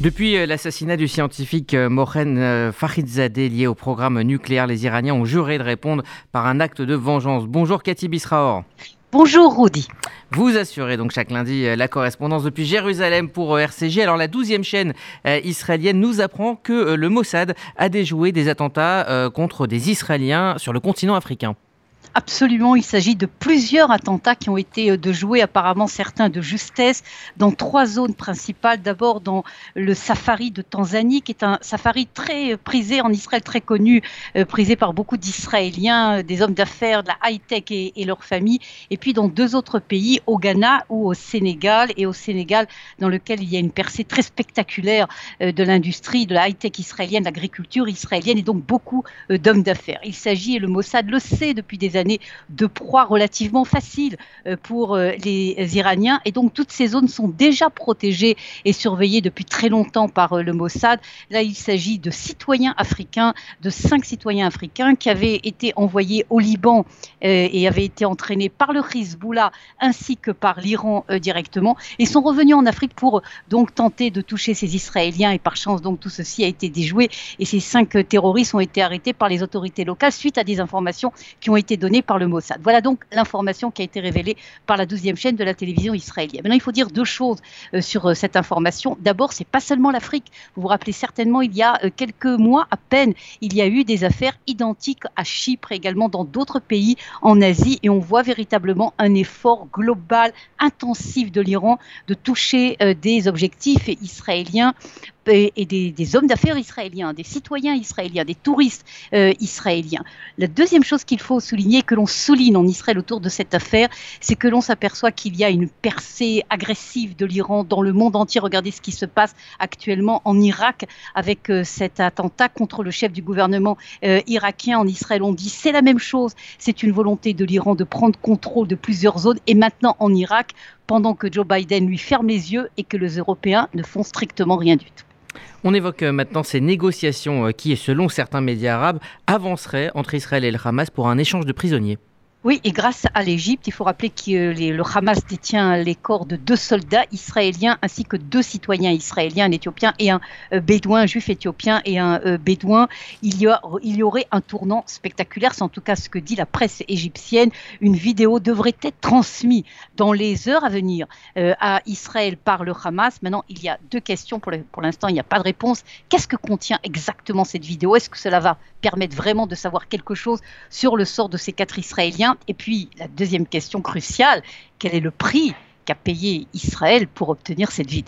Depuis l'assassinat du scientifique Mohsen Fakhrizadeh lié au programme nucléaire, les Iraniens ont juré de répondre par un acte de vengeance. Bonjour Cathy Bisraor. Bonjour Rudy. Vous assurez donc chaque lundi la correspondance depuis Jérusalem pour RCJ. Alors la 12e chaîne israélienne nous apprend que le Mossad a déjoué des attentats contre des Israéliens sur le continent africain. Absolument, il s'agit de plusieurs attentats qui ont été déjoués, apparemment certains de justesse, dans 3 zones principales. D'abord dans le safari de Tanzanie, qui est un safari très prisé en Israël, très connu, prisé par beaucoup d'Israéliens, des hommes d'affaires, de la high-tech et leurs familles. Et puis dans 2 autres pays, au Ghana ou au Sénégal. Et au Sénégal, dans lequel il y a une percée très spectaculaire de l'industrie, de la high-tech israélienne, de l'agriculture israélienne, et donc beaucoup d'hommes d'affaires. Il s'agit, et le Mossad le sait depuis des années, de proies relativement faciles pour les Iraniens. Et donc, toutes ces zones sont déjà protégées et surveillées depuis très longtemps par le Mossad. Là, il s'agit de citoyens africains, de 5 citoyens africains qui avaient été envoyés au Liban et avaient été entraînés par le Hezbollah ainsi que par l'Iran directement, et sont revenus en Afrique pour donc tenter de toucher ces Israéliens. Et par chance, donc, tout ceci a été déjoué. Et ces 5 terroristes ont été arrêtés par les autorités locales suite à des informations qui ont été données par le Mossad. Voilà donc l'information qui a été révélée par la 12e chaîne de la télévision israélienne. Maintenant, il faut dire 2 choses sur cette information. D'abord, c'est pas seulement l'Afrique. Vous vous rappelez certainement, il y a quelques mois à peine, il y a eu des affaires identiques à Chypre et également dans d'autres pays en Asie, et on voit véritablement un effort global, intensif de l'Iran de toucher des objectifs israéliens et des hommes d'affaires israéliens, des citoyens israéliens, des touristes israéliens. La deuxième chose qu'il faut souligner, que l'on souligne en Israël autour de cette affaire, c'est que l'on s'aperçoit qu'il y a une percée agressive de l'Iran dans le monde entier. Regardez ce qui se passe actuellement en Irak avec cet attentat contre le chef du gouvernement irakien en Israël. On dit c'est la même chose, c'est une volonté de l'Iran de prendre contrôle de plusieurs zones, et maintenant en Irak, pendant que Joe Biden lui ferme les yeux et que les Européens ne font strictement rien du tout. On évoque maintenant ces négociations qui, selon certains médias arabes, avanceraient entre Israël et le Hamas pour un échange de prisonniers. Oui, et grâce à l'Égypte, il faut rappeler que le Hamas détient les corps de 2 soldats israéliens ainsi que 2 citoyens israéliens, un éthiopien et un bédouin, un juif éthiopien et un bédouin. Il y aurait un tournant spectaculaire, c'est en tout cas ce que dit la presse égyptienne. Une vidéo devrait être transmise dans les heures à venir à Israël par le Hamas. Maintenant, il y a 2 questions, pour l'instant il n'y a pas de réponse. Qu'est-ce que contient exactement cette vidéo? Est-ce que cela va permettre vraiment de savoir quelque chose sur le sort de ces 4 Israéliens? Et puis, la deuxième question cruciale, quel est le prix qu'a payé Israël pour obtenir cette vidéo?